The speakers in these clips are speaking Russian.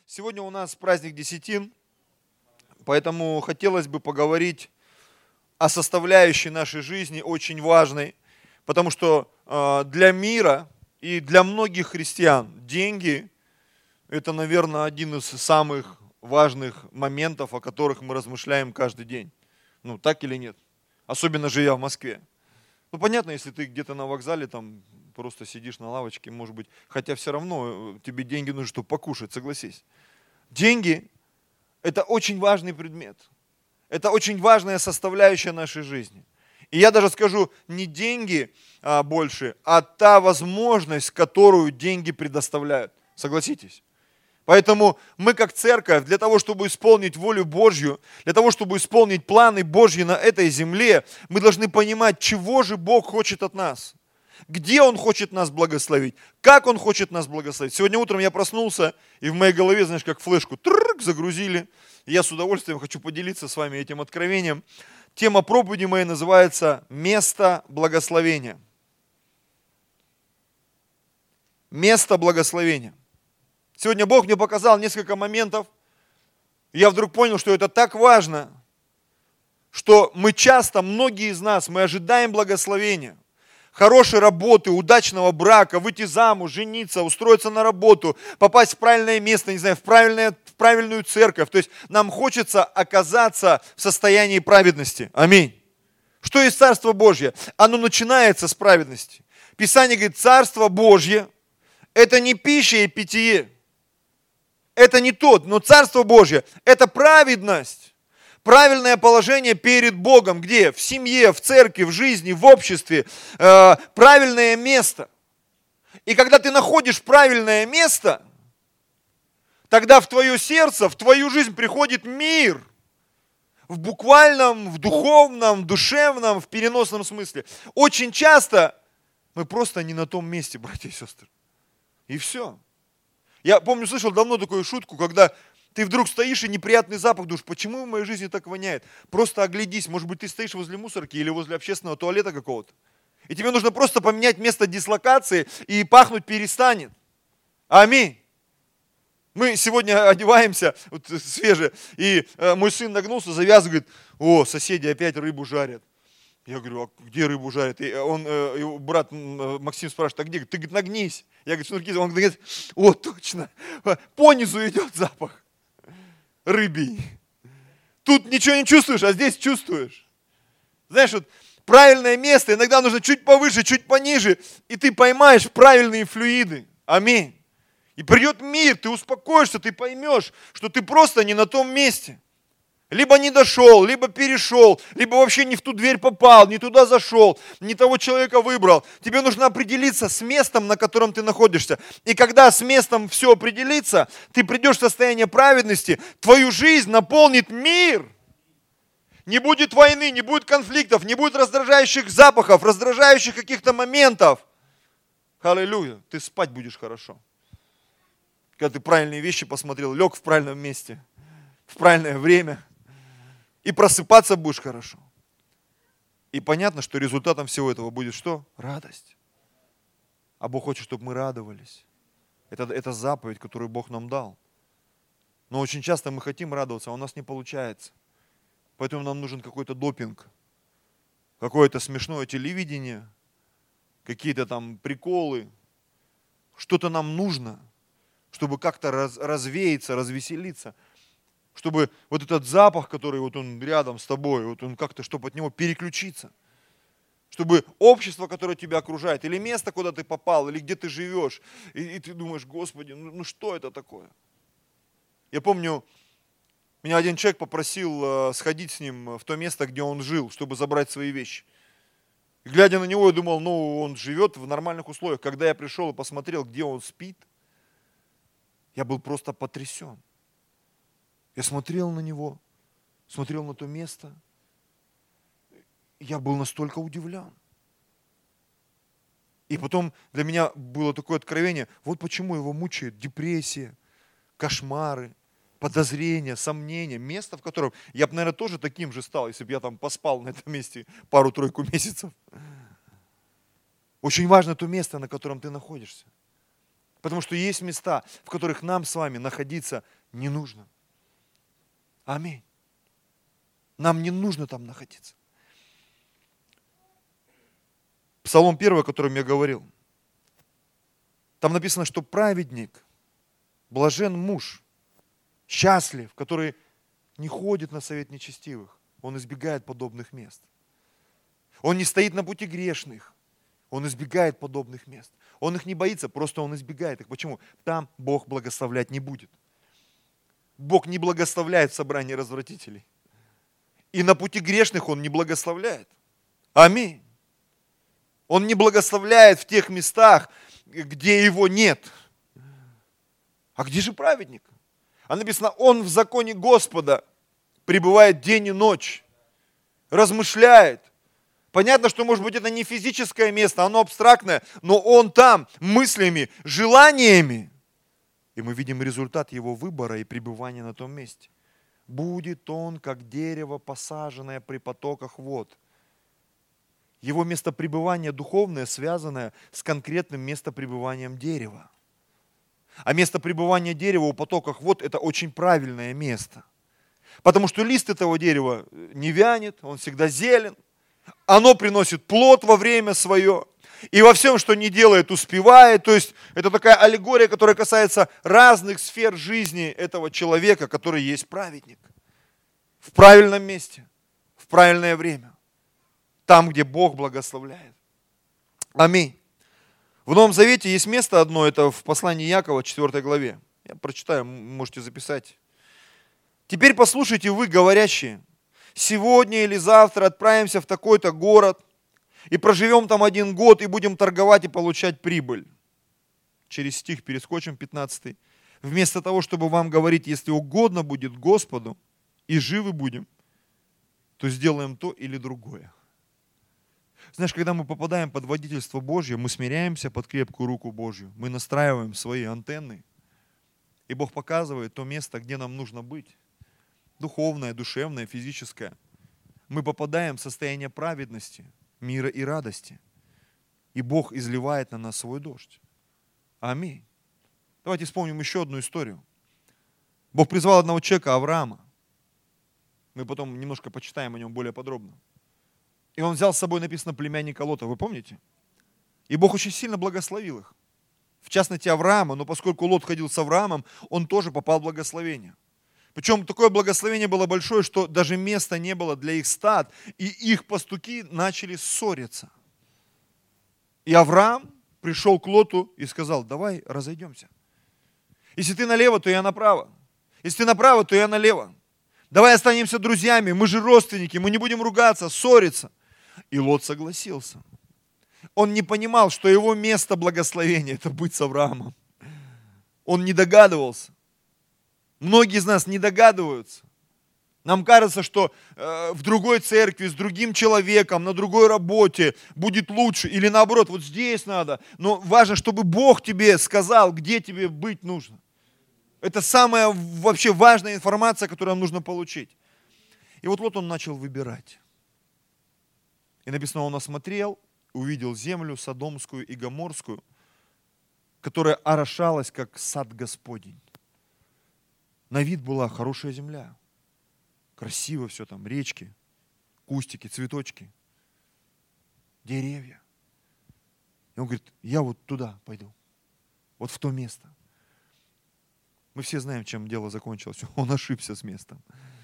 Сегодня у нас праздник Десятин, поэтому хотелось бы поговорить о составляющей нашей жизни, очень важной, потому что для мира и для многих христиан деньги – это, наверное, один из самых важных моментов, о которых мы размышляем каждый день. Ну, так или нет? Особенно живя в Москве. Ну, понятно, если ты где-то на вокзале, там просто сидишь на лавочке, может быть, хотя все равно тебе деньги нужны, чтобы покушать, согласись. Деньги – это очень важный предмет. Это очень важная составляющая нашей жизни. И я даже скажу, не деньги больше, а та возможность, которую деньги предоставляют. Согласитесь? Поэтому мы как церковь, для того, чтобы исполнить волю Божью, для того, чтобы исполнить планы Божьи на этой земле, мы должны понимать, чего же Бог хочет от нас. Где Он хочет нас благословить, как Он хочет нас благословить. Сегодня утром я проснулся, и в моей голове, знаешь, как флешку загрузили. И я с удовольствием хочу поделиться с вами этим откровением. Тема проповеди моей называется «Место благословения». Место благословения. Сегодня Бог мне показал несколько моментов, и я вдруг понял, что это так важно, что мы часто, многие из нас, мы ожидаем благословения, хорошей работы, удачного брака, выйти замуж, жениться, устроиться на работу, попасть в правильное место, не знаю, в правильную церковь. То есть нам хочется оказаться в состоянии праведности. Аминь. Что есть Царство Божье? Оно начинается с праведности. Писание говорит, Царство Божье – это не пища и питье. Это не тот, но Царство Божье – это праведность, правильное положение перед Богом. Где? В семье, в церкви, в жизни, в обществе. Правильное место. И когда ты находишь правильное место, тогда в твое сердце, в твою жизнь приходит мир. В буквальном, в духовном, в душевном, в переносном смысле. Очень часто мы просто не на том месте, братья и сестры. И все. Я помню, слышал давно такую шутку, когда ты вдруг стоишь и неприятный запах, думаешь, почему в моей жизни так воняет? Просто оглядись, может быть, ты стоишь возле мусорки или возле общественного туалета какого-то. И тебе нужно просто поменять место дислокации, и пахнуть перестанет. Аминь. Мы сегодня одеваемся, вот, свежие, и мой сын нагнулся, завязывает, соседи опять рыбу жарят. Я говорю, а где рыбу жарят? И его брат Максим спрашивает, а где? Ты, говорит, нагнись. Я говорю, он говорит, точно, по низу идет запах рыбий. Тут ничего не чувствуешь, а здесь чувствуешь. Знаешь, вот правильное место, иногда нужно чуть повыше, чуть пониже, и ты поймаешь правильные флюиды. Аминь. И придет мир, ты успокоишься, ты поймешь, что ты просто не на том месте. Либо не дошел, либо перешел, либо вообще не в ту дверь попал, не туда зашел, не того человека выбрал. Тебе нужно определиться с местом, на котором ты находишься. И когда с местом все определится, ты придешь в состояние праведности, твою жизнь наполнит мир. Не будет войны, не будет конфликтов, не будет раздражающих запахов, раздражающих каких-то моментов. Аллилуйя, ты спать будешь хорошо. Когда ты правильные вещи посмотрел, лег в правильном месте, в правильное время. И просыпаться будешь хорошо. И понятно, что результатом всего этого будет что? Радость. А Бог хочет, чтобы мы радовались. Это заповедь, которую Бог нам дал. Но очень часто мы хотим радоваться, а у нас не получается. Поэтому нам нужен какой-то допинг, какое-то смешное телевидение, какие-то там приколы. Что-то нам нужно, чтобы как-то развеяться, развеселиться. Чтобы вот этот запах, который вот он рядом с тобой, вот он как-то, чтобы от него переключиться. Чтобы общество, которое тебя окружает, или место, куда ты попал, или где ты живешь, и ты думаешь, Господи, ну что это такое? Я помню, меня один человек попросил сходить с ним в то место, где он жил, чтобы забрать свои вещи. И глядя на него, я думал, он живет в нормальных условиях. Когда я пришел и посмотрел, где он спит, я был просто потрясен. Я смотрел на него, смотрел на то место. Я был настолько удивлен. И потом для меня было такое откровение, вот почему его мучает депрессия, кошмары, подозрения, сомнения. Место, в котором я бы, наверное, тоже таким же стал, если бы я там поспал на этом месте пару-тройку месяцев. Очень важно то место, на котором ты находишься. Потому что есть места, в которых нам с вами находиться не нужно. Аминь. Нам не нужно там находиться. Псалом 1, о котором я говорил. Там написано, что праведник, блажен муж, счастлив, который не ходит на совет нечестивых. Он избегает подобных мест. Он не стоит на пути грешных. Он избегает подобных мест. Он их не боится, просто он избегает их. Почему? Там Бог благословлять не будет. Бог не благословляет в собрании развратителей. И на пути грешных Он не благословляет. Аминь. Он не благословляет в тех местах, где Его нет. А где же праведник? А написано, он в законе Господа пребывает день и ночь, размышляет. Понятно, что, может быть, это не физическое место, оно абстрактное, но он там мыслями, желаниями. И мы видим результат его выбора и пребывания на том месте. Будет он, как дерево, посаженное при потоках вод. Его место пребывания духовное, связанное с конкретным местопребыванием дерева. А место пребывания дерева у потоках вод – это очень правильное место. Потому что лист этого дерева не вянет, он всегда зелен. Оно приносит плод во время свое. И во всем, что не делает, успевает. То есть это такая аллегория, которая касается разных сфер жизни этого человека, который есть праведник. В правильном месте, в правильное время. Там, где Бог благословляет. Аминь. В Новом Завете есть место одно, это в послании Иакова, 4 главе. Я прочитаю, можете записать. «Теперь послушайте вы, говорящие, сегодня или завтра отправимся в такой-то город и проживем там 1 год и будем торговать и получать прибыль». Через стих перескочим, 15. «Вместо того, чтобы вам говорить, если угодно будет Господу и живы будем, то сделаем то или другое». Знаешь, когда мы попадаем под водительство Божье, мы смиряемся под крепкую руку Божью, мы настраиваем свои антенны, и Бог показывает то место, где нам нужно быть. Духовное, душевное, физическое. Мы попадаем в состояние праведности, мира и радости. И Бог изливает на нас свой дождь. Аминь. Давайте вспомним еще одну историю. Бог призвал одного человека, Авраама. Мы потом немножко почитаем о нем более подробно. И он взял с собой, написано, племянника Лота, вы помните? И Бог очень сильно благословил их. В частности, Авраама, но поскольку Лот ходил с Авраамом, он тоже попал в благословение. Причем такое благословение было большое, что даже места не было для их стад, и их пастухи начали ссориться. И Авраам пришел к Лоту и сказал: давай разойдемся. Если ты налево, то я направо. Если ты направо, то я налево. Давай останемся друзьями, мы же родственники, мы не будем ругаться, ссориться. И Лот согласился. Он не понимал, что его место благословения – это быть с Авраамом. Он не догадывался. Многие из нас не догадываются. Нам кажется, что в другой церкви, с другим человеком, на другой работе будет лучше. Или наоборот, вот здесь надо. Но важно, чтобы Бог тебе сказал, где тебе быть нужно. Это самая вообще важная информация, которую нам нужно получить. И вот Лот он начал выбирать. И написано, он осмотрел, увидел землю Содомскую и Гоморскую, которая орошалась, как сад Господень. На вид была хорошая земля. Красиво все там, речки, кустики, цветочки, деревья. И он говорит, я вот туда пойду, вот в то место. Мы все знаем, чем дело закончилось. Он ошибся с местом.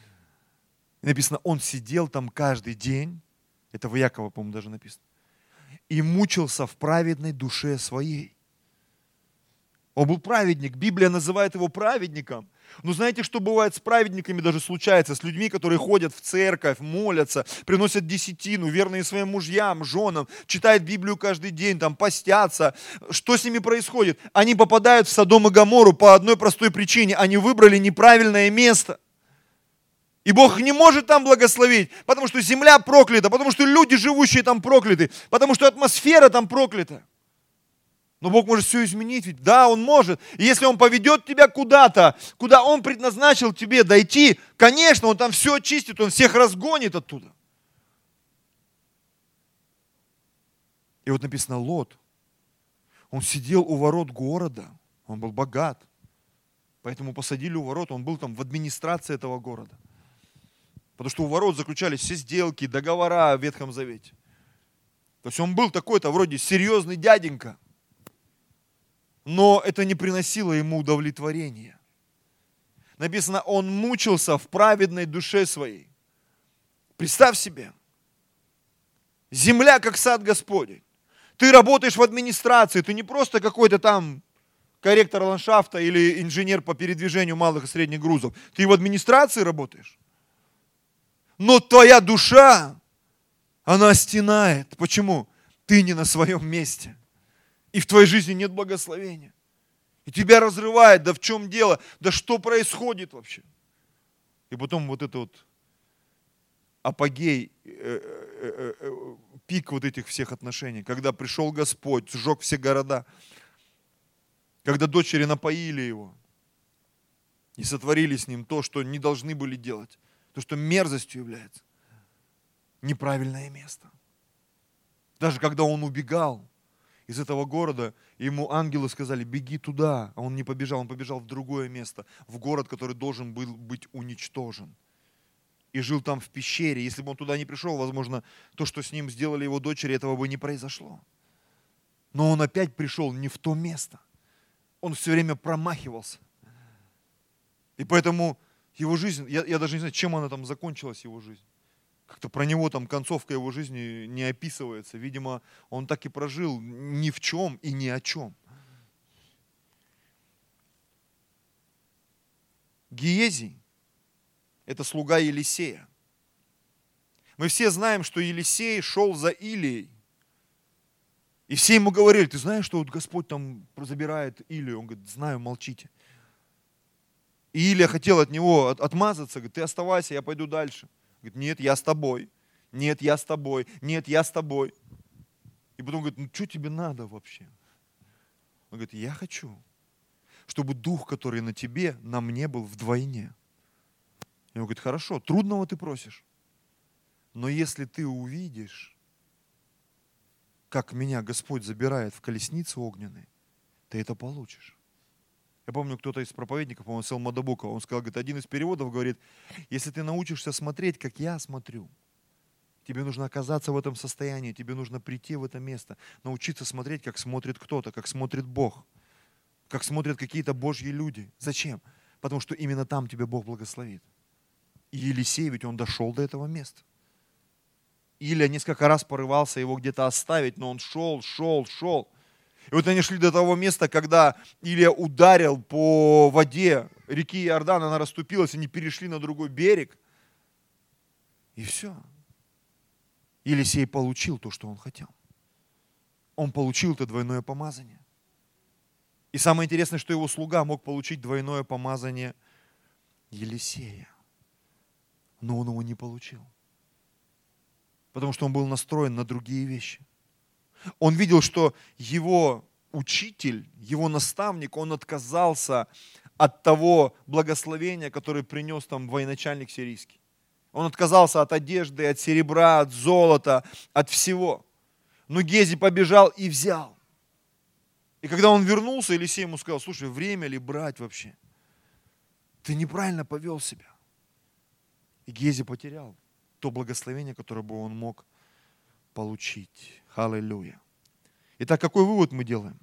И написано, он сидел там каждый день, это в Иакова, по-моему, даже написано, и мучился в праведной душе своей. Он был праведник, Библия называет его праведником. Но знаете, что бывает с праведниками, даже случается, с людьми, которые ходят в церковь, молятся, приносят десятину, верные своим мужьям, женам, читают Библию каждый день, там, постятся. Что с ними происходит? Они попадают в Содом и Гоморру по одной простой причине. Они выбрали неправильное место. И Бог не может там благословить, потому что земля проклята, потому что люди, живущие там, прокляты, потому что атмосфера там проклята. Но Бог может все изменить, ведь да, Он может. И если Он поведет тебя куда-то, куда Он предназначил тебе дойти, конечно, Он там все очистит, Он всех разгонит оттуда. И вот написано, Лот, он сидел у ворот города, Он был богат. Поэтому посадили у ворот, он был там в администрации этого города. Потому что у ворот заключались все сделки, договора в Ветхом Завете. То есть он был такой-то вроде серьезный дяденька. Но это не приносило ему удовлетворения. Написано, он мучился в праведной душе своей. Представь себе, земля как сад Господень. Ты работаешь в администрации, ты не просто какой-то там корректор ландшафта или инженер по передвижению малых и средних грузов. Ты в администрации работаешь. Но твоя душа, она стенает. Почему? Ты не на своем месте. И в твоей жизни нет благословения. И тебя разрывает, да в чем дело, да что происходит вообще. И потом вот это вот апогей, пик вот этих всех отношений, когда пришел Господь, сжег все города, когда дочери напоили его и сотворили с ним то, что не должны были делать, то, что мерзостью является. Неправильное место. Даже когда он убегал из этого города, ему ангелы сказали, беги туда, а он не побежал, он побежал в другое место, в город, который должен был быть уничтожен. И жил там в пещере. Если бы он туда не пришел, возможно, то, что с ним сделали его дочери, этого бы не произошло. Но он опять пришел не в то место. Он все время промахивался. И поэтому его жизнь, я даже не знаю, чем она там закончилась, его жизнь. Как-то про него там концовка его жизни не описывается. Видимо, он так и прожил ни в чем и ни о чем. Гиези – это слуга Елисея. Мы все знаем, что Елисей шел за Илией. И все ему говорили, ты знаешь, что вот Господь там забирает Илию? Он говорит, знаю, молчите. И Илия хотел от него отмазаться, говорит, ты оставайся, я пойду дальше. Говорит, нет, я с тобой. Нет, я с тобой. Нет, я с тобой. И потом говорит, ну что тебе надо вообще? Он говорит, я хочу, чтобы дух, который на тебе, на мне был вдвойне. И он говорит, хорошо, трудного ты просишь. Но если ты увидишь, как меня Господь забирает в колесницы огненные, ты это получишь. Я помню, кто-то из проповедников, по-моему, Сел Мадабукова, он сказал, говорит, один из переводов говорит, если ты научишься смотреть, как я смотрю, тебе нужно оказаться в этом состоянии, тебе нужно прийти в это место, научиться смотреть, как смотрит кто-то, как смотрит Бог, как смотрят какие-то Божьи люди. Зачем? Потому что именно там тебя Бог благословит. И Елисей, ведь он дошел до этого места. Илия несколько раз порывался его где-то оставить, но он шел. И вот они шли до того места, когда Илия ударил по воде реки Иордан, она расступилась, они перешли на другой берег. И все. Елисей получил то, что он хотел. Он получил это двойное помазание. И самое интересное, что его слуга мог получить двойное помазание Елисея. Но он его не получил. Потому что он был настроен на другие вещи. Он видел, что его учитель, его наставник, он отказался от того благословения, которое принес там военачальник сирийский. Он отказался от одежды, от серебра, от золота, от всего. Но Гези побежал и взял. И когда он вернулся, Елисей ему сказал, слушай, время ли брать вообще? Ты неправильно повел себя. И Гези потерял то благословение, которое бы он мог получить. Аллилуйя. Итак, какой вывод мы делаем?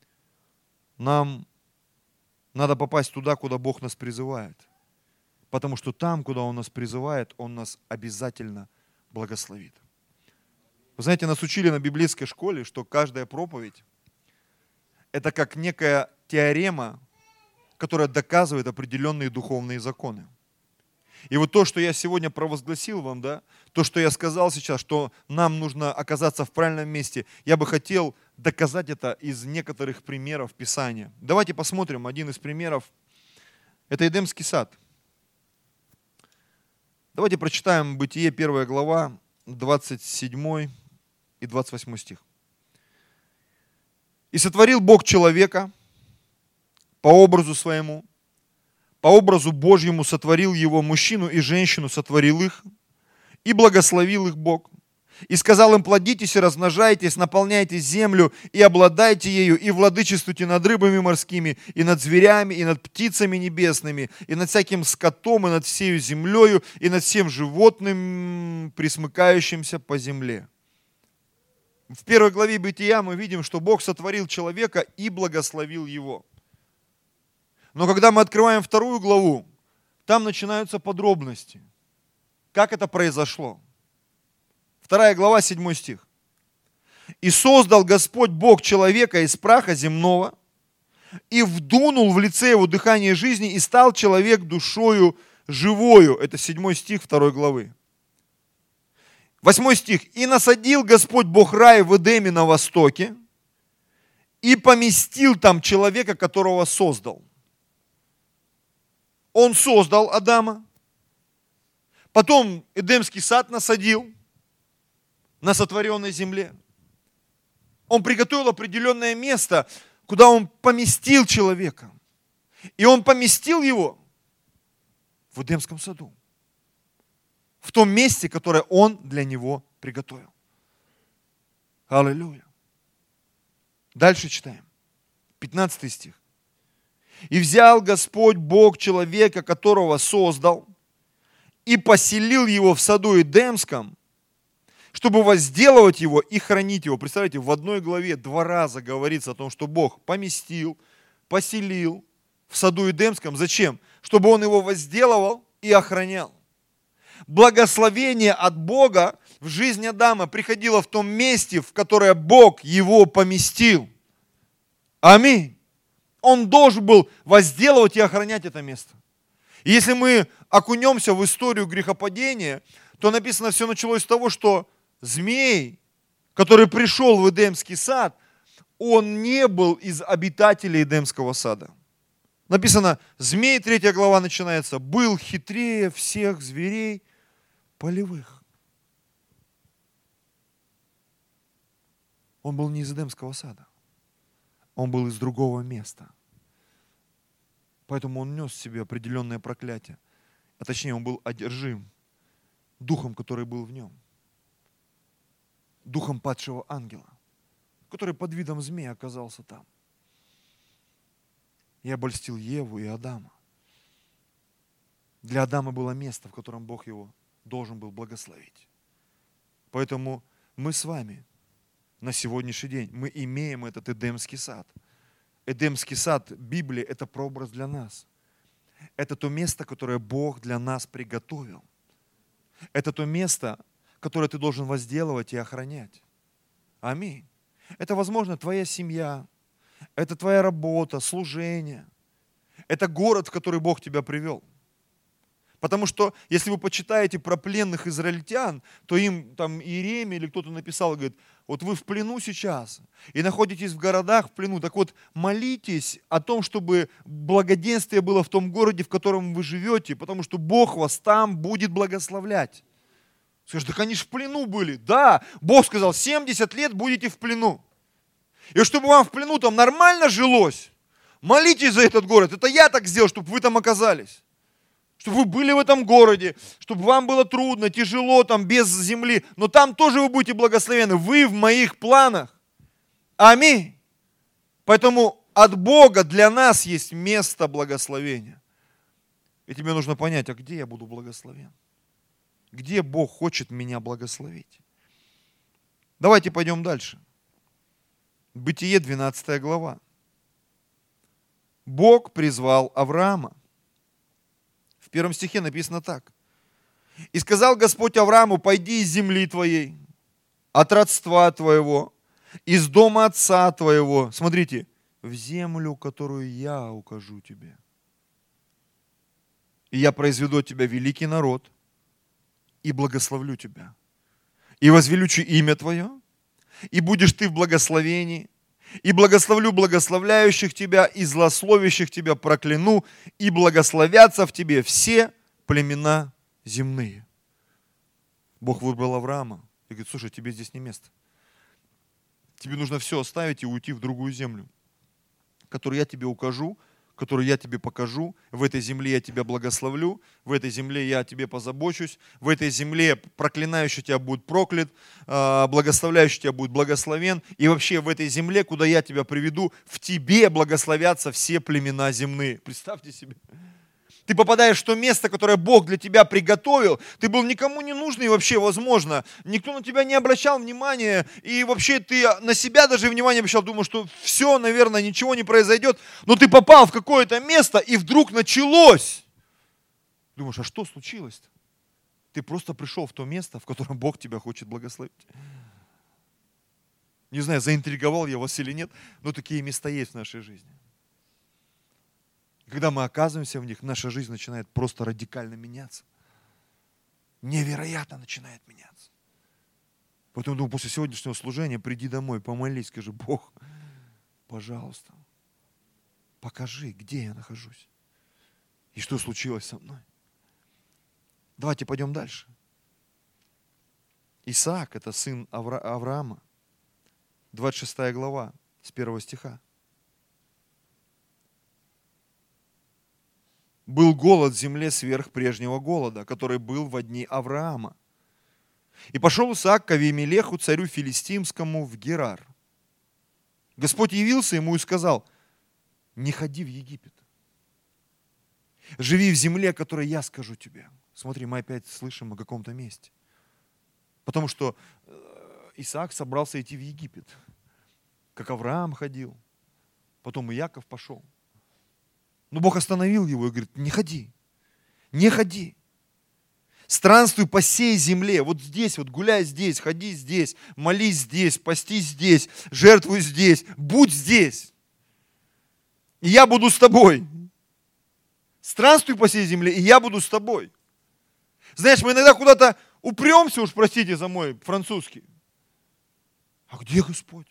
Нам надо попасть туда, куда Бог нас призывает. Потому что там, куда Он нас призывает, Он нас обязательно благословит. Вы знаете, нас учили на библейской школе, что каждая проповедь – это как некая теорема, которая доказывает определенные духовные законы. И вот то, что я сегодня провозгласил вам, да, то, что я сказал сейчас, что нам нужно оказаться в правильном месте, я бы хотел доказать это из некоторых примеров Писания. Давайте посмотрим один из примеров. Это Эдемский сад. Давайте прочитаем Бытие 1 глава, 27 и 28 стих. «И сотворил Бог человека по образу своему, по образу Божьему сотворил его, мужчину и женщину сотворил их, и благословил их Бог. И сказал им: плодитесь и размножайтесь, наполняйте землю и обладайте ею, и владычествуйте над рыбами морскими, и над зверями, и над птицами небесными, и над всяким скотом, и над всею землею, и над всем животным, присмыкающимся по земле. В первой главе Бытия мы видим, что Бог сотворил человека и благословил его. Но когда мы открываем вторую главу, там начинаются подробности. Как это произошло? 2 глава, 7 стих. «И создал Господь Бог человека из праха земного, и вдунул в лице его дыхание жизни, и стал человек душою живою». Это 7 стих 2 главы. 8 стих. «И насадил Господь Бог рай в Эдеме на востоке, и поместил там человека, которого создал». Он создал Адама, потом Эдемский сад насадил на сотворенной земле. Он приготовил определенное место, куда он поместил человека. И он поместил его в Эдемском саду, в том месте, которое он для него приготовил. Аллилуйя. Дальше читаем. 15 стих. «И взял Господь Бог человека, которого создал, и поселил его в саду Эдемском, чтобы возделывать его и хранить его». Представляете, в одной главе 2 раза говорится о том, что Бог поместил, поселил в саду Эдемском. Зачем? Чтобы он его возделывал и охранял. Благословение от Бога в жизнь Адама приходило в том месте, в которое Бог его поместил. Аминь. Он должен был возделывать и охранять это место. И если мы окунемся в историю грехопадения, то написано, все началось с того, что змей, который пришел в Эдемский сад, он не был из обитателей Эдемского сада. Написано, змей, 3 глава начинается, был хитрее всех зверей полевых. Он был не из Эдемского сада. Он был из другого места. Поэтому он нес в себе определенное проклятие. А точнее, он был одержим духом, который был в нем. Духом падшего ангела, который под видом змея оказался там. И обольстил Еву и Адама. Для Адама было место, в котором Бог его должен был благословить. Поэтому мы с вами на сегодняшний день, мы имеем этот Эдемский сад. Эдемский сад Библии – это прообраз для нас. Это то место, которое Бог для нас приготовил. Это то место, которое ты должен возделывать и охранять. Аминь. Это, возможно, твоя семья, это твоя работа, служение. Это город, в который Бог тебя привел. Потому что, если вы почитаете про пленных израильтян, то им там Иеремия или кто-то написал, говорит, вот вы в плену сейчас и находитесь в городах в плену, так вот молитесь о том, чтобы благоденствие было в том городе, в котором вы живете, потому что Бог вас там будет благословлять. Скажешь, так они же в плену были. Да, Бог сказал, 70 лет будете в плену. И чтобы вам в плену там нормально жилось, молитесь за этот город. Это я так сделал, чтобы вы там оказались. Чтобы вы были в этом городе, чтобы вам было трудно, тяжело там без земли, но там тоже вы будете благословены. Вы в моих планах. Аминь. Поэтому от Бога для нас есть место благословения. И тебе нужно понять, а где я буду благословен? Где Бог хочет меня благословить? Давайте пойдем дальше. Бытие, 12 глава. Бог призвал Авраама. В 1 стихе написано так. «И сказал Господь Аврааму, пойди из земли твоей, от родства твоего, из дома отца твоего». Смотрите, в землю, которую я укажу тебе. «И я произведу от тебя великий народ, и благословлю тебя, и возвеличу имя твое, и будешь ты в благословении, и благословлю благословляющих тебя, и злословящих тебя прокляну, и благословятся в тебе все племена земные». Бог выбрал Авраама и говорит, слушай, тебе здесь не место. Тебе нужно все оставить и уйти в другую землю, которую я тебе укажу, которую я тебе покажу. В этой земле я тебя благословлю, в этой земле я о тебе позабочусь, в этой земле проклинающий тебя будет проклят, благословляющий тебя будет благословен. И вообще в этой земле, куда я тебя приведу, в тебе благословятся все племена земные. Представьте себе. Ты попадаешь в то место, которое Бог для тебя приготовил. Ты был никому не нужный вообще, возможно. Никто на тебя не обращал внимания. И вообще ты на себя даже внимания не обращал. Думал, что все, наверное, ничего не произойдет. Но ты попал в какое-то место, и вдруг началось. Думаешь, а что случилось-то? Ты просто пришел в то место, в котором Бог тебя хочет благословить. Не знаю, заинтриговал я вас или нет, но такие места есть в нашей жизни. Когда мы оказываемся в них, наша жизнь начинает просто радикально меняться. Невероятно начинает меняться. Поэтому думаю, после сегодняшнего служения приди домой, помолись, скажи: Бог, пожалуйста, покажи, где я нахожусь и что случилось со мной. Давайте пойдем дальше. Исаак – это сын Авраама. 26 глава, с 1 стиха. Был голод в земле сверх прежнего голода, который был во дни Авраама. И пошел Исаак к Авимелеху, царю филистимскому, в Герар. Господь явился ему и сказал: не ходи в Египет. Живи в земле, которой я скажу тебе. Смотри, мы опять слышим о каком-то месте. Потому что Исаак собрался идти в Египет. Как Авраам ходил. Потом и Яков пошел. Но Бог остановил его и говорит: не ходи, не ходи. Странствуй по сей земле, вот здесь, вот гуляй здесь, ходи здесь, молись здесь, постись здесь, жертвуй здесь, будь здесь. И я буду с тобой. Странствуй по сей земле, и я буду с тобой. Знаешь, мы иногда куда-то упремся, уж простите за мой французский. А где Господь?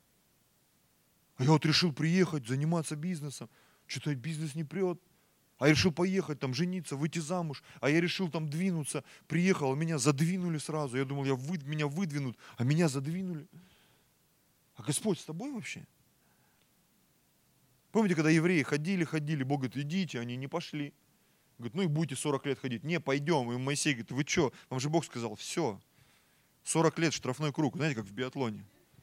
А я вот решил приехать, заниматься бизнесом. Что-то бизнес не прет. А я решил поехать, там, жениться, выйти замуж. А я решил там двинуться. Приехал, а меня задвинули сразу. Я думал, меня выдвинут, а меня задвинули. А Господь с тобой вообще? Помните, когда евреи ходили, Бог говорит: идите, они не пошли. Говорит: ну и будете 40 лет ходить. Не, пойдем. И Моисей говорит: вы что? Вам же Бог сказал: все, 40 лет штрафной круг. Знаете, как в биатлоне.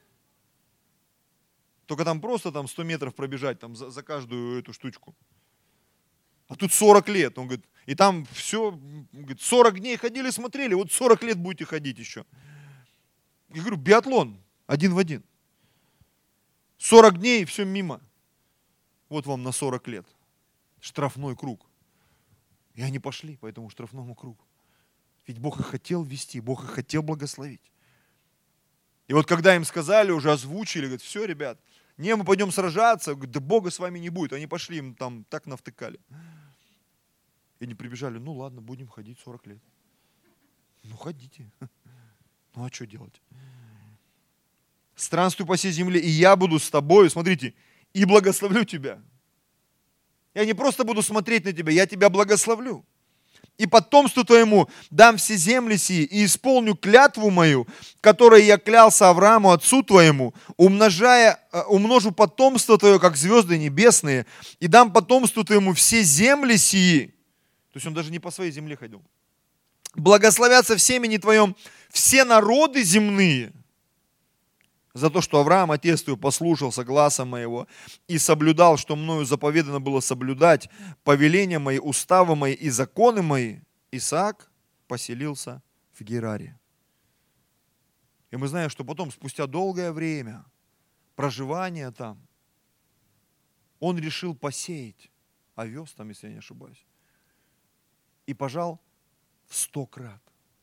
Только там просто 100 метров пробежать там, за каждую эту штучку. А тут 40 лет. Он говорит, и там все, говорит, 40 дней ходили, смотрели, вот 40 лет будете ходить еще. Я говорю, биатлон, один в один. 40 дней, все мимо. Вот вам на 40 лет. Штрафной круг. И они пошли по этому штрафному кругу. Ведь Бог их хотел вести, Бог их хотел благословить. И вот когда им сказали, уже озвучили, говорят: все, ребят, не, мы пойдем сражаться, говорят: да Бога с вами не будет. Они пошли, им там так навтыкали. И они прибежали: ну ладно, будем ходить 40 лет. Ну ходите. Ну а что делать? Странствуй по всей земле, и я буду с тобой, смотрите, и благословлю тебя. Я не просто буду смотреть на тебя, я тебя благословлю. И потомству твоему дам все земли сии, и исполню клятву мою, которой я клялся Аврааму, отцу твоему, умножу потомство твое, как звезды небесные, и дам потомству твоему все земли сии. То есть он даже не по своей земле ходил. Благословятся в семени твоем все народы земные, за то, что Авраам, отец твой, послушался гласа моего и соблюдал, что мною заповедано было соблюдать, повеления мои, уставы мои и законы мои, Исаак поселился в Гераре. И мы знаем, что потом, спустя долгое время проживания там, он решил посеять овес там, если я не ошибаюсь, и пожал в 100 крат.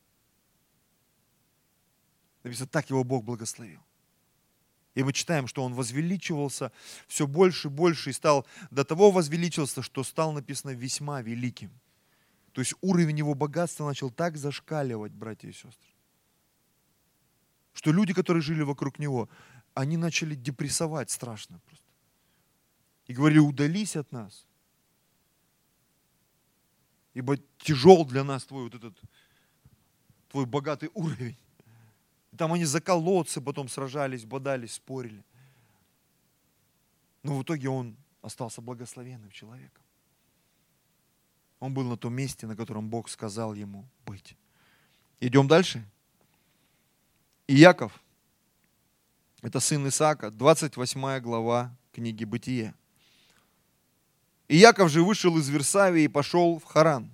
Написано, так его Бог благословил. И мы читаем, что он возвеличивался все больше и больше, и стал до того возвеличился, что стал, написано, весьма великим. То есть уровень его богатства начал так зашкаливать, братья и сестры, что люди, которые жили вокруг него, они начали депрессовать страшно просто. И говорили: удались от нас, ибо тяжел для нас твой твой богатый уровень. Там они за колодцы потом сражались, бодались, спорили. Но в итоге он остался благословенным человеком. Он был на том месте, на котором Бог сказал ему быть. Идем дальше. Иаков, это сын Исаака, 28 глава книги Бытие. Иаков же вышел из Вирсавии и пошел в Харан.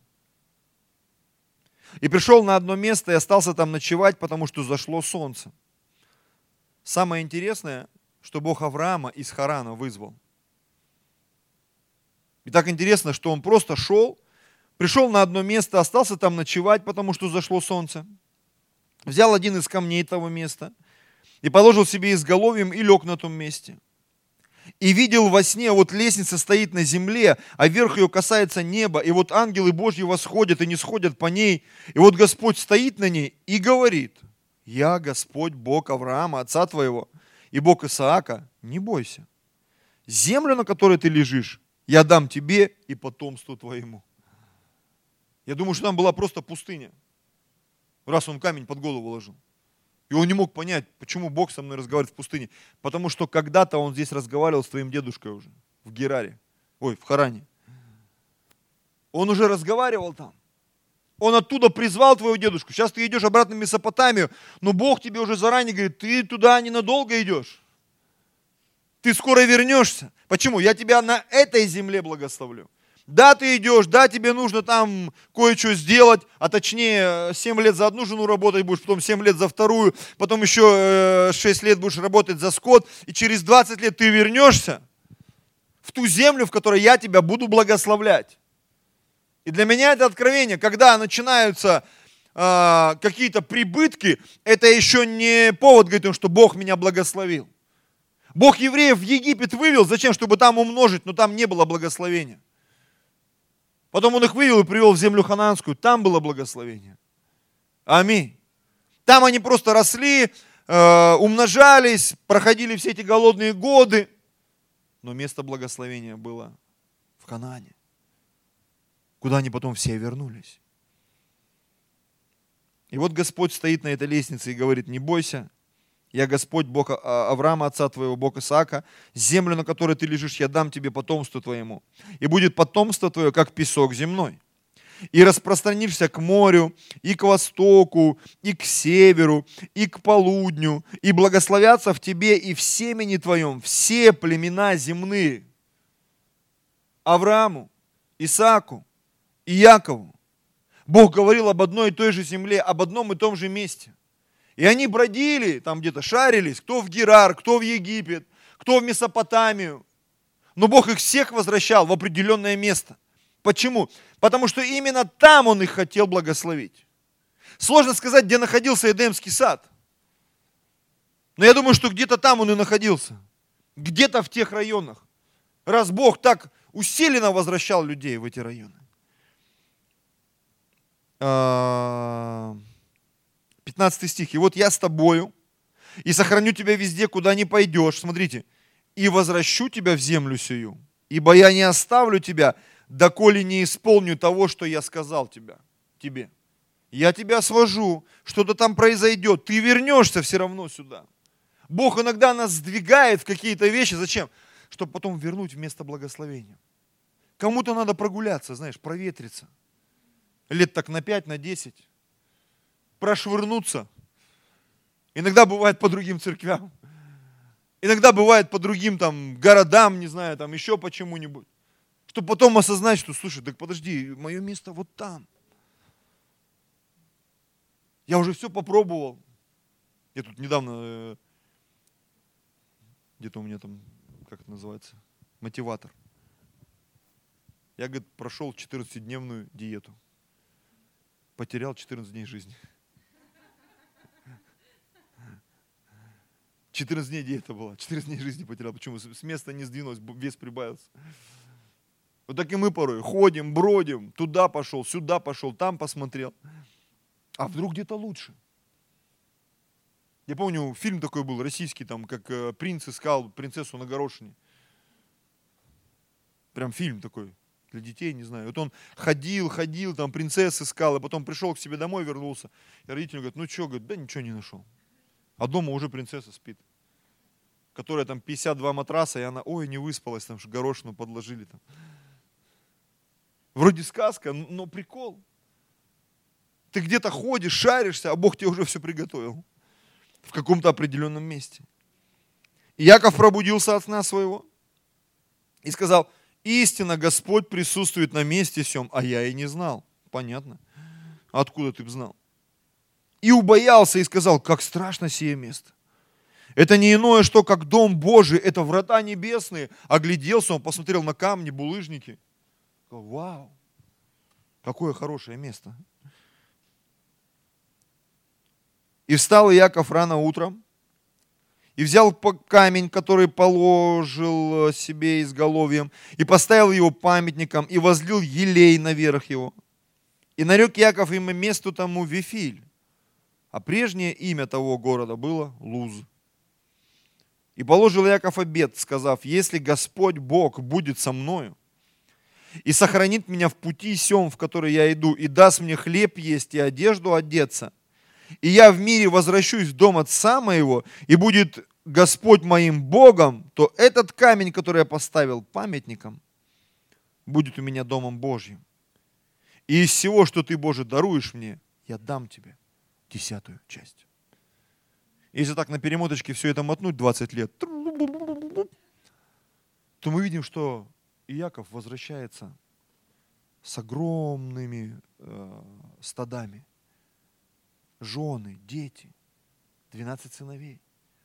И пришел на одно место и остался там ночевать, потому что зашло солнце. Самое интересное, что Бог Авраама из Харана вызвал. И так интересно, что он просто пришел на одно место, остался там ночевать, потому что зашло солнце. Взял один из камней того места и положил себе изголовьем и лег на том месте. И видел во сне, вот лестница стоит на земле, а верх ее касается неба, и вот ангелы Божьи восходят и не сходят по ней, и вот Господь стоит на ней и говорит: «Я Господь, Бог Авраама, отца твоего, и Бог Исаака, не бойся. Землю, на которой ты лежишь, я дам тебе и потомству твоему». Я думаю, что там была просто пустыня, раз он камень под голову ложил. И он не мог понять, почему Бог со мной разговаривает в пустыне. Потому что когда-то он здесь разговаривал с твоим дедушкой уже, в Гераре, в Харане. Он уже разговаривал там. Он оттуда призвал твоего дедушку. Сейчас ты идешь обратно в Месопотамию, но Бог тебе уже заранее говорит: ты туда ненадолго идешь. Ты скоро вернешься. Почему? Я тебя на этой земле благословлю. Да, ты идешь, да, тебе нужно там кое-что сделать, а точнее 7 лет за одну жену работать будешь, потом 7 лет за вторую, потом еще 6 лет будешь работать за скот, и через 20 лет ты вернешься в ту землю, в которой я тебя буду благословлять. И для меня это откровение, когда начинаются какие-то прибытки, это еще не повод говорить, что Бог меня благословил. Бог евреев в Египет вывел, зачем? Чтобы там умножить, но там не было благословения. Потом он их вывел и привел в землю ханаанскую, там было благословение. Аминь. Там они просто росли, умножались, проходили все эти голодные годы, но место благословения было в Ханаане, куда они потом все вернулись. И вот Господь стоит на этой лестнице и говорит: не бойся, я Господь, Бог Авраама, отца твоего, Бог Исаака, землю, на которой ты лежишь, я дам тебе потомству твоему. И будет потомство твое, как песок земной. И распространишься к морю, и к востоку, и к северу, и к полудню, и благословятся в тебе и в семени твоем все племена земные. Аврааму, Исааку и Якову Бог говорил об одной и той же земле, об одном и том же месте. И они бродили, там где-то шарились, кто в Герар, кто в Египет, кто в Месопотамию. Но Бог их всех возвращал в определенное место. Почему? Потому что именно там Он их хотел благословить. Сложно сказать, где находился Эдемский сад. Но я думаю, что где-то там он и находился. Где-то в тех районах. Раз Бог так усиленно возвращал людей в эти районы. 15 стих. «И вот я с тобою, и сохраню тебя везде, куда не пойдешь». Смотрите. «И возвращу тебя в землю сию, ибо я не оставлю тебя, доколе не исполню того, что я сказал тебе. Я тебя свожу, что-то там произойдет, ты вернешься все равно сюда». Бог иногда нас сдвигает в какие-то вещи. Зачем? Чтобы потом вернуть в место благословения. Кому-то надо прогуляться, знаешь, проветриться. Лет так на 5, на 10. Прошвырнуться. Иногда бывает по другим церквям. Иногда бывает по другим там городам, не знаю, там еще почему-нибудь. Чтобы потом осознать, что, слушай, так подожди, мое место вот там. Я уже все попробовал. Я тут недавно, где-то у меня там, как это называется, мотиватор. Я, говорит, прошел 14-дневную диету. Потерял 14 дней жизни. 14 дней диета была, 14 дней жизни потерял. Почему? С места не сдвинулось, вес прибавился. Вот так и мы порой ходим, бродим, туда пошел, сюда пошел, там посмотрел. А вдруг где-то лучше? Я помню, фильм такой был, российский, там, как принц искал принцессу на горошине. Прям фильм такой, для детей, не знаю. Вот он ходил, там принцесс искал, и потом пришел к себе домой, вернулся. И родители говорят, ну что, говорит, да ничего не нашел. А дома уже принцесса спит. которая там 52 матраса, и она, ой, не выспалась, там горошину подложили там. Вроде сказка, но прикол. Ты где-то ходишь, шаришься, а Бог тебе уже все приготовил. В каком-то определенном месте. И Яков пробудился от сна своего и сказал, истинно Господь присутствует на месте сем, а я и не знал. Понятно. Откуда ты б знал? И убоялся и сказал, как страшно сие место. Это не иное, что как дом Божий, это врата небесные. Огляделся, он посмотрел на камни, булыжники. Сказал, вау, какое хорошее место. И встал Иаков рано утром, и взял камень, который положил себе изголовьем, и поставил его памятником, и возлил елей наверх его. И нарек Иаков имя месту тому Вифиль, а прежнее имя того города было Луз. И положил Иаков обет, сказав, если Господь Бог будет со мною, и сохранит меня в пути сем, в который я иду, и даст мне хлеб есть и одежду одеться, и я в мире возвращусь в дом отца моего, и будет Господь моим Богом, то этот камень, который я поставил памятником, будет у меня домом Божьим. И из всего, что ты, Боже, даруешь мне, я дам тебе 10-ю часть. Если так на перемоточке все это мотнуть 20 лет, то мы видим, что Иаков возвращается с огромными стадами. Жены, дети, 12 сыновей,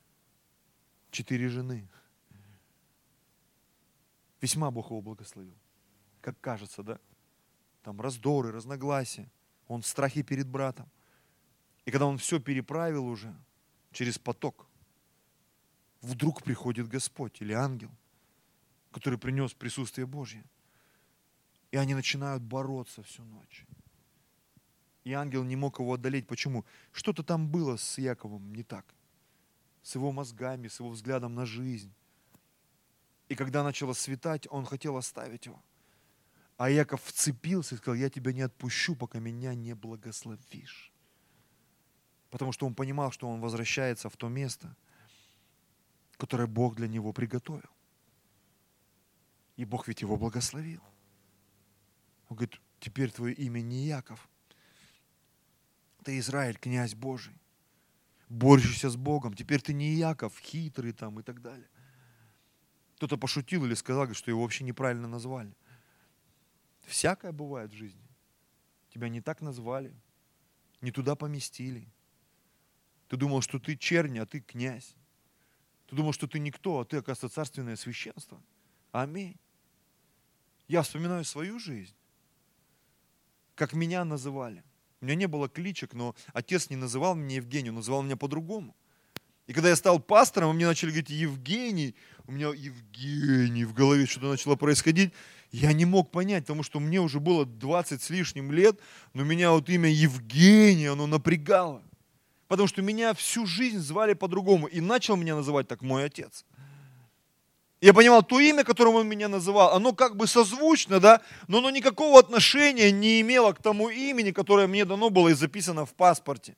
4 жены. Весьма Бог его благословил. Как кажется, да? Там раздоры, разногласия. Он в страхе перед братом. И когда он все переправил уже через поток, вдруг приходит Господь или ангел, который принес присутствие Божье. И они начинают бороться всю ночь. И ангел не мог его одолеть. Почему? Что-то там было с Яковом не так. С его мозгами, с его взглядом на жизнь. И когда начало светать, он хотел оставить его. А Яков вцепился и сказал, я тебя не отпущу, пока меня не благословишь. Потому что он понимал, что он возвращается в то место, которое Бог для него приготовил. И Бог ведь его благословил. Он говорит, теперь твое имя не Яков. Ты Израиль, князь Божий, борющийся с Богом. Теперь ты не Иаков, хитрый там и так далее. Кто-то пошутил или сказал, что его вообще неправильно назвали. Всякое бывает в жизни. Тебя не так назвали, не туда поместили. Ты думал, что ты чернь, а ты князь. Ты думал, что ты никто, а ты, оказывается, царственное священство. Аминь. Я вспоминаю свою жизнь, как меня называли. У меня не было кличек, но отец не называл меня Евгений, он называл меня по-другому. И когда я стал пастором, и мне начали говорить Евгений, у меня Евгений в голове что-то начало происходить, я не мог понять, потому что мне уже было 20 с лишним лет, но меня вот имя Евгений, оно напрягало. Потому что меня всю жизнь звали по-другому, и начал меня называть так мой отец. Я понимал, то имя, которым он меня называл, оно как бы созвучно, да, но оно никакого отношения не имело к тому имени, которое мне дано было и записано в паспорте.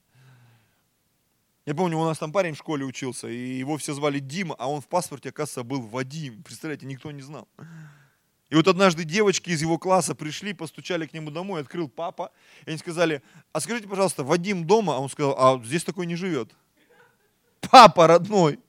Я помню, у нас там парень в школе учился, и его все звали Дима, а он в паспорте, оказывается, был Вадим. Представляете, никто не знал. И вот однажды девочки из его класса пришли, постучали к нему домой, открыл папа, и они сказали, а скажите, пожалуйста, Вадим дома? А он сказал, а здесь такой не живет. Папа родной.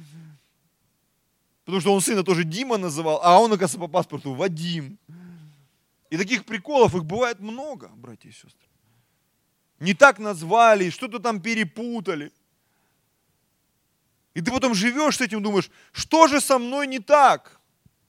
Потому что он сына тоже Дима называл, а он, оказывается, по паспорту Вадим. И таких приколов, их бывает много, братья и сестры. Не так назвали, что-то там перепутали. И ты потом живешь с этим, думаешь, что же со мной не так?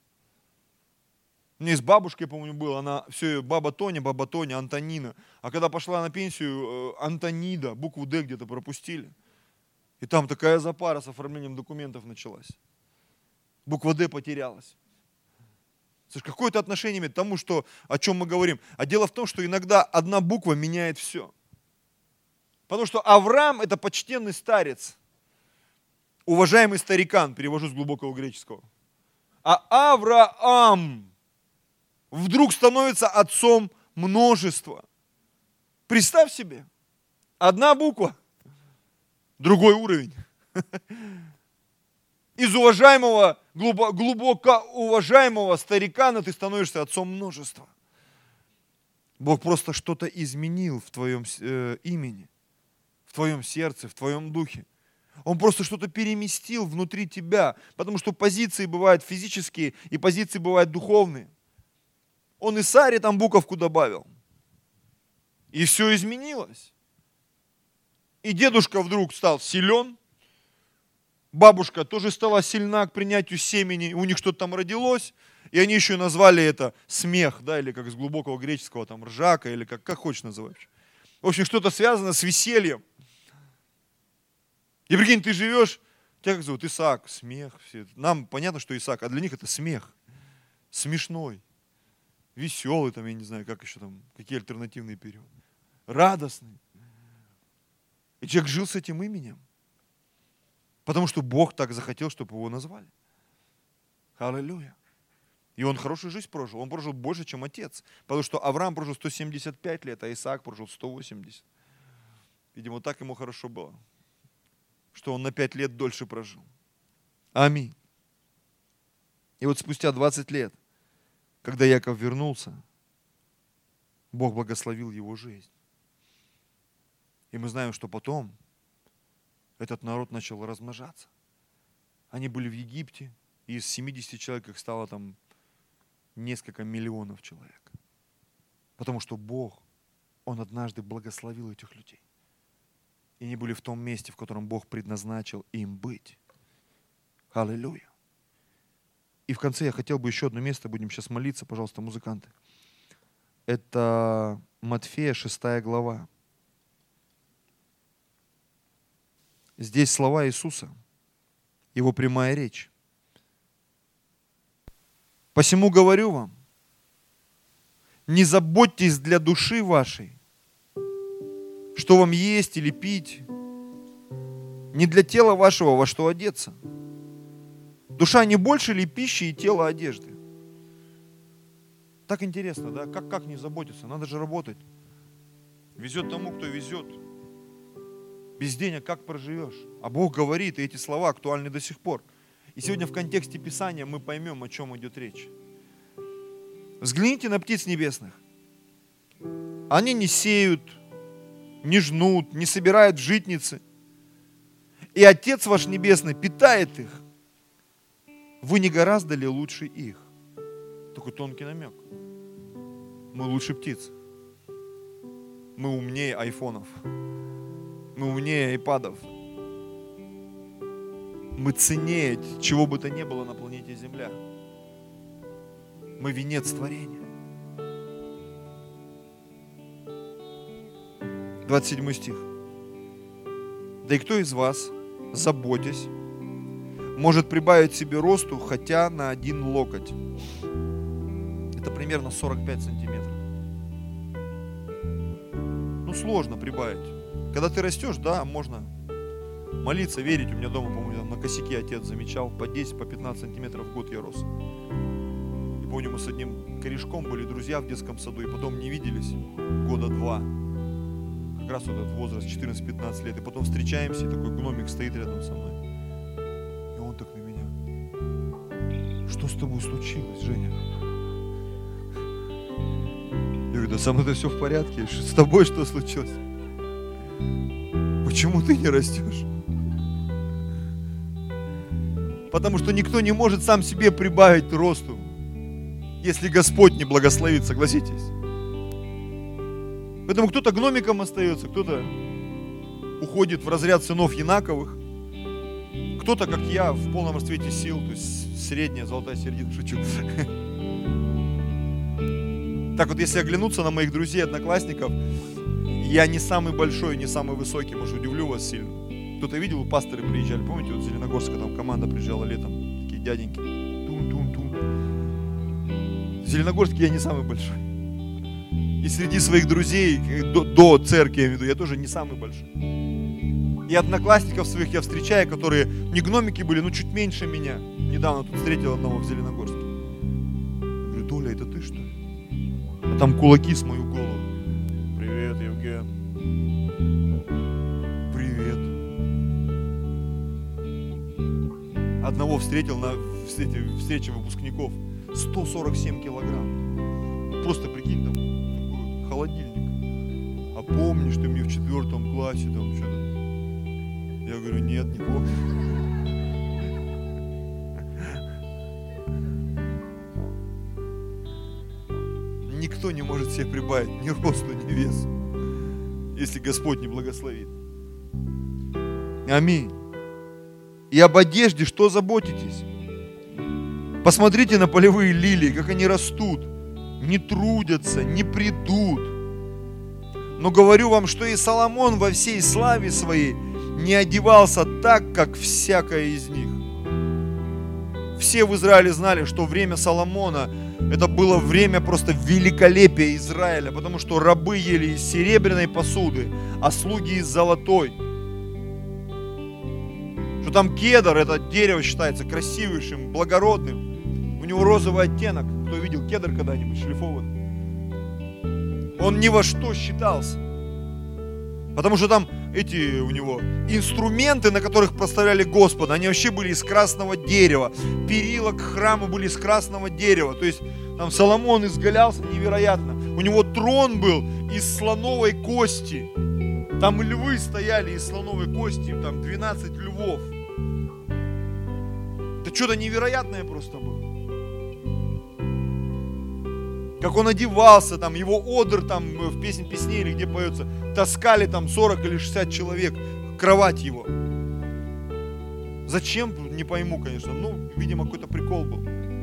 У меня с бабушкой, я помню, было, она все, баба Тоня, Антонина. А когда пошла на пенсию, Антонида, букву Д где-то пропустили. И там такая запара с оформлением документов началась. Буква Д потерялась. Слушай, какое это отношение имеет к тому, что, о чем мы говорим? А дело в том, что иногда одна буква меняет все. Потому что Авраам – это почтенный старец. Уважаемый старикан, перевожу с глубокого греческого. А Авраам вдруг становится отцом множества. Представь себе, одна буква, другой уровень. Из уважаемого, глубоко уважаемого старикана ты становишься отцом множества. Бог просто что-то изменил в твоем имени, в твоем сердце, в твоем духе. Он просто что-то переместил внутри тебя, потому что позиции бывают физические и позиции бывают духовные. Он и Саре там буковку добавил. И все изменилось. И дедушка вдруг стал силен, бабушка тоже стала сильна к принятию семени, у них что-то там родилось, и они еще назвали это смех, да, или как из глубокого греческого, там, ржака, или как хочешь называть. В общем, что-то связано с весельем. И прикинь, ты живешь, тебя как зовут? Исаак, смех. Нам понятно, что Исаак, а для них это смех. Смешной, веселый, там, я не знаю, как еще там, какие альтернативные периоды. Радостный. И человек жил с этим именем. Потому что Бог так захотел, чтобы его назвали. Аллилуйя. И он хорошую жизнь прожил. Он прожил больше, чем отец. Потому что Авраам прожил 175 лет, а Исаак прожил 180. Видимо, так ему хорошо было, что он на 5 лет дольше прожил. Аминь. И вот спустя 20 лет, когда Яков вернулся, Бог благословил его жизнь. И мы знаем, что потом этот народ начал размножаться. Они были в Египте, и из 70 человек их стало там несколько миллионов человек. Потому что Бог, Он однажды благословил этих людей. И они были в том месте, в котором Бог предназначил им быть. Аллилуйя. И в конце я хотел бы еще одно место, будем сейчас молиться, пожалуйста, музыканты. Это Матфея 6 глава. Здесь слова Иисуса, Его прямая речь. «Посему говорю вам, не заботьтесь для души вашей, что вам есть или пить, не для тела вашего, во что одеться. Душа не больше ли пищи и тело одежды?» Так интересно, да? Как не заботиться? Надо же работать. Везет тому, кто везет. Без денег как проживешь? А Бог говорит, и эти слова актуальны до сих пор. И сегодня в контексте Писания мы поймем, о чем идет речь. Взгляните на птиц небесных. Они не сеют, не жнут, не собирают в житницы. И Отец ваш Небесный питает их. Вы не гораздо ли лучше их? Такой тонкий намек. Мы лучше птиц. Мы умнее айфонов. Мы умнее айпадов. Мы ценнее чего бы то ни было на планете Земля. Мы венец творения. 27 стих. Да и кто из вас, заботясь, может прибавить себе росту хотя на 1 локоть? Это примерно 45 сантиметров. Ну, сложно прибавить. Когда ты растешь, да, можно молиться, верить. У меня дома, по-моему, на косяке отец замечал, по 10, по 15 сантиметров в год я рос. И помню, мы с одним корешком были друзья в детском саду, и потом не виделись года 2. Как раз вот этот возраст, 14-15 лет. И потом встречаемся, и такой гномик стоит рядом со мной. И он так на меня. Что с тобой случилось, Женя? Я говорю, да со мной-то все в порядке. С тобой что случилось? Почему ты не растешь? Потому что никто не может сам себе прибавить росту, если Господь не благословит, согласитесь? Поэтому кто-то гномиком остается, кто-то уходит в разряд сынов Янаковых, кто-то, как я, в полном расцвете сил, то есть средняя, золотая середина, шучу. Так вот, если оглянуться на моих друзей, одноклассников, я не самый большой, не самый высокий, может, удивлю вас сильно. Кто-то видел, пасторы приезжали, помните, вот в Зеленогорск, там команда приезжала летом, такие дяденьки. Тун-тун-тун. В Зеленогорске я не самый большой. И среди своих друзей, до церкви, я имею в виду, я тоже не самый большой. И одноклассников своих я встречаю, которые не гномики были, но чуть меньше меня. Недавно тут встретил одного в Зеленогорске. Я говорю, Толя, это ты, что ли? А там кулаки с мою голову. Привет, Евген. Привет. одного встретил на встрече выпускников. 147 килограмм. Просто прикинь, там такой холодильник. А помнишь, ты мне в 4 классе там что-то? Я говорю, нет, не помню. Никто не может себе прибавить ни росту, ни весу, если Господь не благословит. Аминь. И об одежде что заботитесь? Посмотрите на полевые лилии, как они растут, не трудятся, не придут. Но говорю вам, что и Соломон во всей славе своей не одевался так, как всякая из них. Все в Израиле знали, что время Соломона это было время просто великолепия Израиля, потому что рабы ели из серебряной посуды, а слуги из золотой. Что там кедр, это дерево считается красивейшим, благородным. У него розовый оттенок. Кто видел кедр когда-нибудь шлифованный? Он ни во что считался. Потому что там эти у него инструменты, на которых прославляли Господа, они вообще были из красного дерева. Перила к храму были из красного дерева. То есть там Соломон изгалялся невероятно. У него трон был из слоновой кости. Там львы стояли из слоновой кости, там 12 львов. Это что-то невероятное просто было. Как он одевался, там, его одр там в «Песнь песней» или где поется, таскали там 40 или 60 человек, кровать его. Зачем? Не пойму, конечно. Ну, видимо, какой-то прикол был.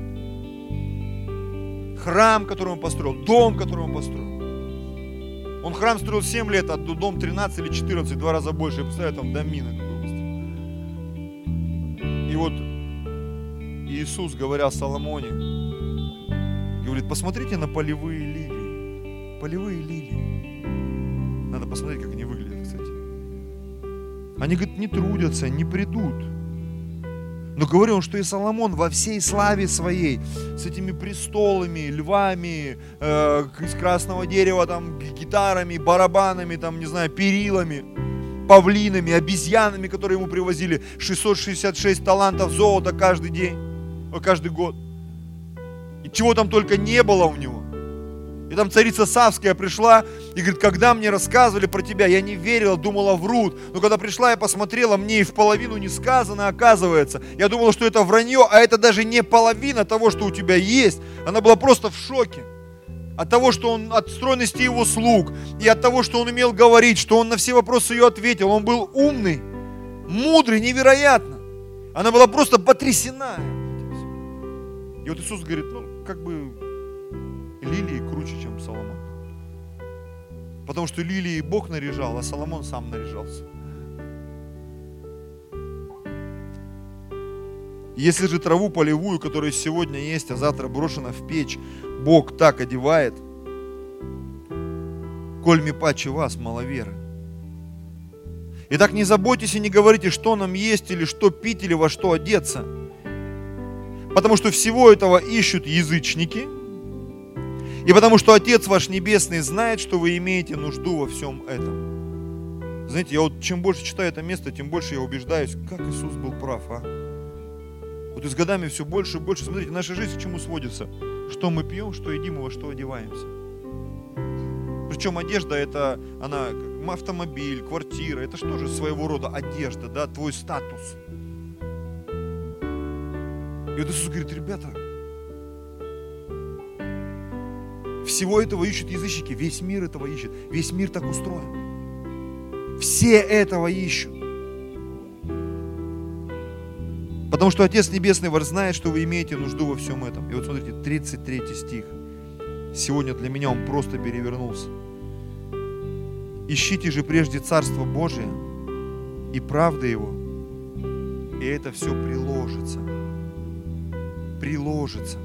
Храм, который он построил, дом, который он построил. Он храм строил 7 лет, а дом 13 или 14, 2 раза больше. Я представляю, там домина какой быстрый. И вот Иисус, говоря о Соломоне, говорит, посмотрите на полевые лилии. Полевые лилии. Надо посмотреть, как они выглядят, кстати. Они, говорит, не трудятся, не придут. Но говорил он, что и Соломон во всей славе своей, с этими престолами, львами, из красного дерева, там, гитарами, барабанами, там, не знаю, перилами, павлинами, обезьянами, которые ему привозили, 666 талантов золота каждый день, каждый год. И чего там только не было у него. И там царица Савская пришла и говорит, когда мне рассказывали про тебя, я не верила, думала, врут. Но когда пришла, я посмотрела, мне и в половину не сказано, оказывается. Я думала, что это вранье, а это даже не половина того, что у тебя есть. Она была просто в шоке. От того, что он, от стройности его слуг, и от того, что он умел говорить, что он на все вопросы ее ответил. Он был умный, мудрый, невероятно. Она была просто потрясена. И вот Иисус говорит, ну, как бы лилии круче, чем Соломон. Потому что лилии Бог наряжал, а Соломон сам наряжался. Если же траву полевую, которая сегодня есть, а завтра брошена в печь, Бог так одевает, коль ми паче вас, маловеры. Итак, не заботьтесь и не говорите, что нам есть, или что пить, или во что одеться. Потому что всего этого ищут язычники, и потому что Отец ваш Небесный знает, что вы имеете нужду во всем этом. Знаете, я вот чем больше читаю это место, тем больше я убеждаюсь, как Иисус был прав, а? Вот и с годами все больше и больше. Смотрите, наша жизнь к чему сводится? Что мы пьем, что едим и во что одеваемся. Причем одежда это, она, автомобиль, квартира, это же тоже своего рода одежда, да, твой статус. И вот Иисус говорит, ребята, всего этого ищут язычники, весь мир этого ищет, весь мир так устроен. Все этого ищут. Потому что Отец Небесный ваш знает, что вы имеете нужду во всем этом. И вот смотрите, 33 стих. Сегодня для меня он просто перевернулся. Ищите же прежде Царство Божие и правды Его, и это все приложится. Приложится.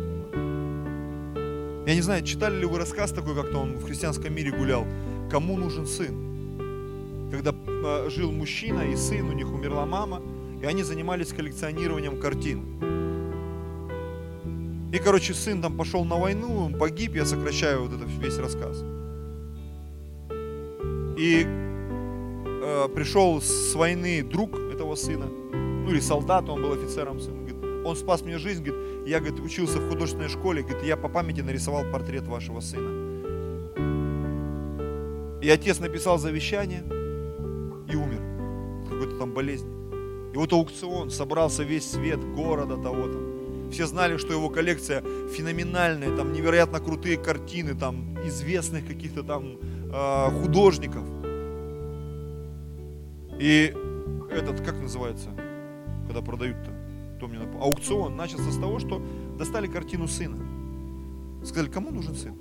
Я не знаю, читали ли вы рассказ такой, как-то он в христианском мире гулял. Кому нужен сын? Когда жил мужчина и сын, у них умерла мама, и они занимались коллекционированием картин. И, короче, сын там пошел на войну, он погиб, я сокращаю вот этот весь рассказ. И пришел с войны друг этого сына ну или солдат, он был офицером, сын. Говорит, он спас мне жизнь, говорит, я, говорит, учился в художественной школе, говорит, я по памяти нарисовал портрет вашего сына. И отец написал завещание и умер от какой-то там болезни. И вот аукцион, собрался весь свет города того-то. Все знали, что его коллекция феноменальная, там невероятно крутые картины, там известных каких-то там художников. И этот, как называется, когда продают-то, кто мне напомнил, аукцион начался с того, что достали картину сына. Сказали, кому нужен сын?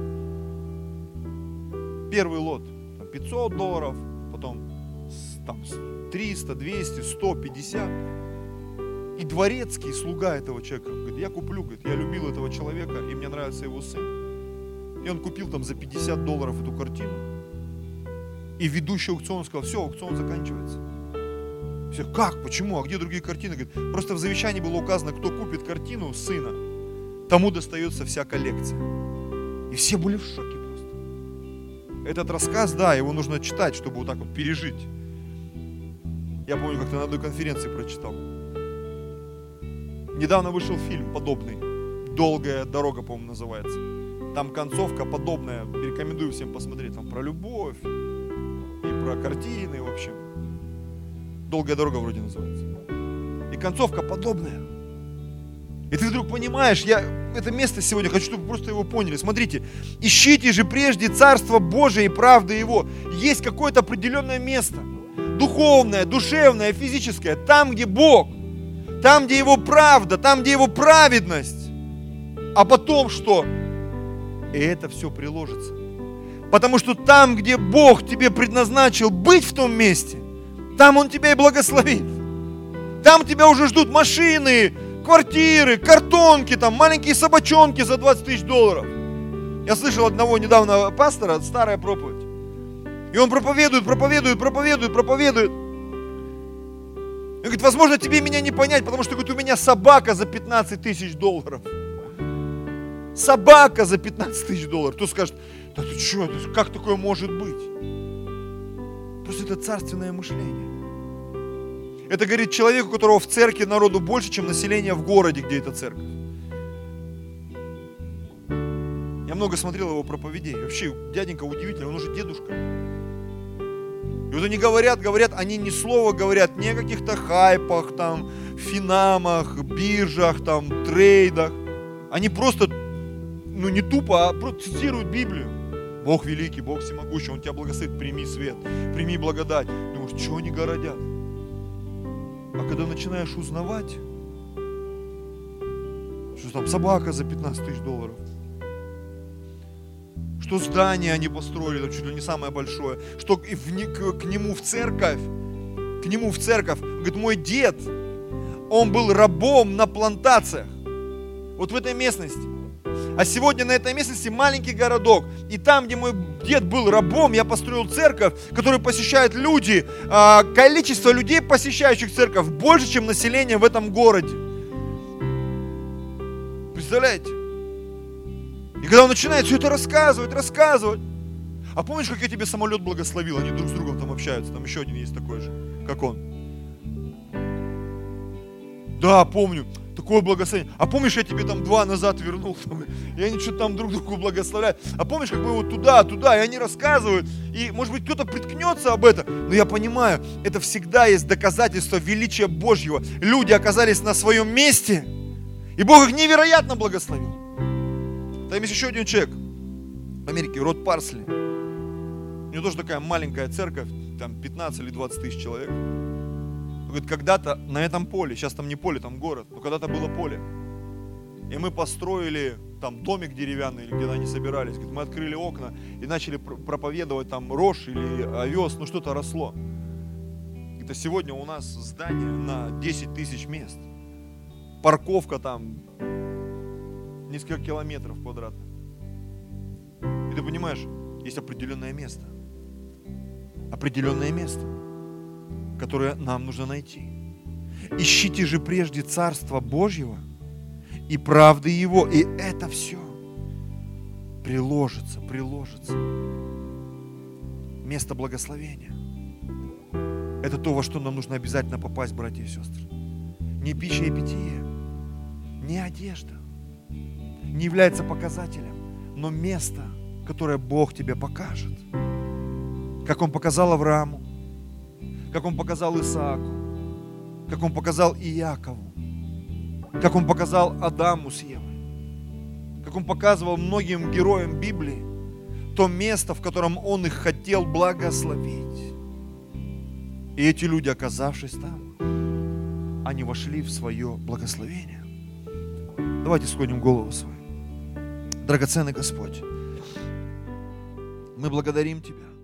Первый лот, там, $500, потом там, 300, 200, 100, 50. И дворецкий, слуга этого человека, говорит, я куплю, говорит, я любил этого человека, и мне нравится его сын. И он купил там за $50 эту картину. И ведущий аукцион сказал, все, аукцион заканчивается. Все, как, почему, а где другие картины? Говорит, просто в завещании было указано, кто купит картину сына, тому достается вся коллекция. И все были в шоке просто. Этот рассказ, да, его нужно читать, чтобы вот так вот пережить. Я помню, как-то на одной конференции прочитал. Недавно вышел фильм подобный. «Долгая дорога», по-моему, называется. Там концовка подобная. Рекомендую всем посмотреть. Там про любовь и про картины, в общем. «Долгая дорога» вроде называется. И концовка подобная. И ты вдруг понимаешь, я это место сегодня хочу, чтобы вы просто его поняли. Смотрите, ищите же прежде Царство Божие и правды Его. Есть какое-то определенное место. Духовное, душевное, физическое. Там, где Бог. Там, где Его правда, там, где Его праведность. А потом что? И это все приложится. Потому что там, где Бог тебе предназначил быть в том месте, там Он тебя и благословит. Там тебя уже ждут машины, квартиры, картонки, там маленькие собачонки за $20 000. Я слышал одного недавно пастора, старая проповедь. И он проповедует. Он говорит, возможно, тебе меня не понять, потому что, говорит, у меня собака за $15 000. Собака за $15 000. Кто скажет, да ты что, как такое может быть? Просто это царственное мышление. Это, говорит, человек, у которого в церкви народу больше, чем население в городе, где эта церковь. Я много смотрел его проповедей. Вообще, дяденька удивительный, он уже дедушка. И вот они говорят, они ни слова говорят ни о каких-то хайпах, там, финамах, биржах, там, трейдах. Они просто, не тупо, а просто цитируют Библию. Бог великий, Бог всемогущий, Он тебя благословит, прими свет, прими благодать. Думаешь, что они городят? А когда начинаешь узнавать, что там собака за $15 000, что здание они построили, там чуть ли не самое большое, что к нему в церковь, говорит, мой дед, он был рабом на плантациях, вот в этой местности. А сегодня на этой местности маленький городок. И там, где мой дед был рабом, я построил церковь, которую посещают люди. Количество людей, посещающих церковь, больше, чем население в этом городе. Представляете? И когда он начинает все это рассказывать. А помнишь, как я тебе самолет благословил? Они друг с другом там общаются. Там еще один есть такой же, как он. Да, помню. Такое благословение. А помнишь, я тебе там 2 назад вернул? И они что-то там друг другу благословляют. А помнишь, как мы вот туда, и они рассказывают. И, может быть, кто-то приткнется об этом. Но я понимаю, это всегда есть доказательство величия Божьего. Люди оказались на своем месте. И Бог их невероятно благословил. Там есть еще один человек в Америке, Род Парсли. У него тоже такая маленькая церковь, там 15 или 20 тысяч человек. Он говорит, когда-то на этом поле, сейчас там не поле, там город, но когда-то было поле. И мы построили там домик деревянный, где они собирались. Говорит, мы открыли окна и начали проповедовать там рожь или овес, что-то росло. Это сегодня у нас здание на 10 тысяч мест. Парковка там несколько километров квадратных. И ты понимаешь, есть определенное место. Определенное место, которое нам нужно найти. Ищите же прежде Царства Божьего и правды Его, и это все приложится. Место благословения. Это то, во что нам нужно обязательно попасть, братья и сестры. ни пища и питье, ни одежда не является показателем, но место, которое Бог тебе покажет. Как Он показал Аврааму, как Он показал Исааку, как Он показал Иакову, как Он показал Адаму с Евой, как Он показывал многим героям Библии то место, в котором Он их хотел благословить. И эти люди, оказавшись там, они вошли в свое благословение. Давайте склоним голову свою. Драгоценный Господь, мы благодарим Тебя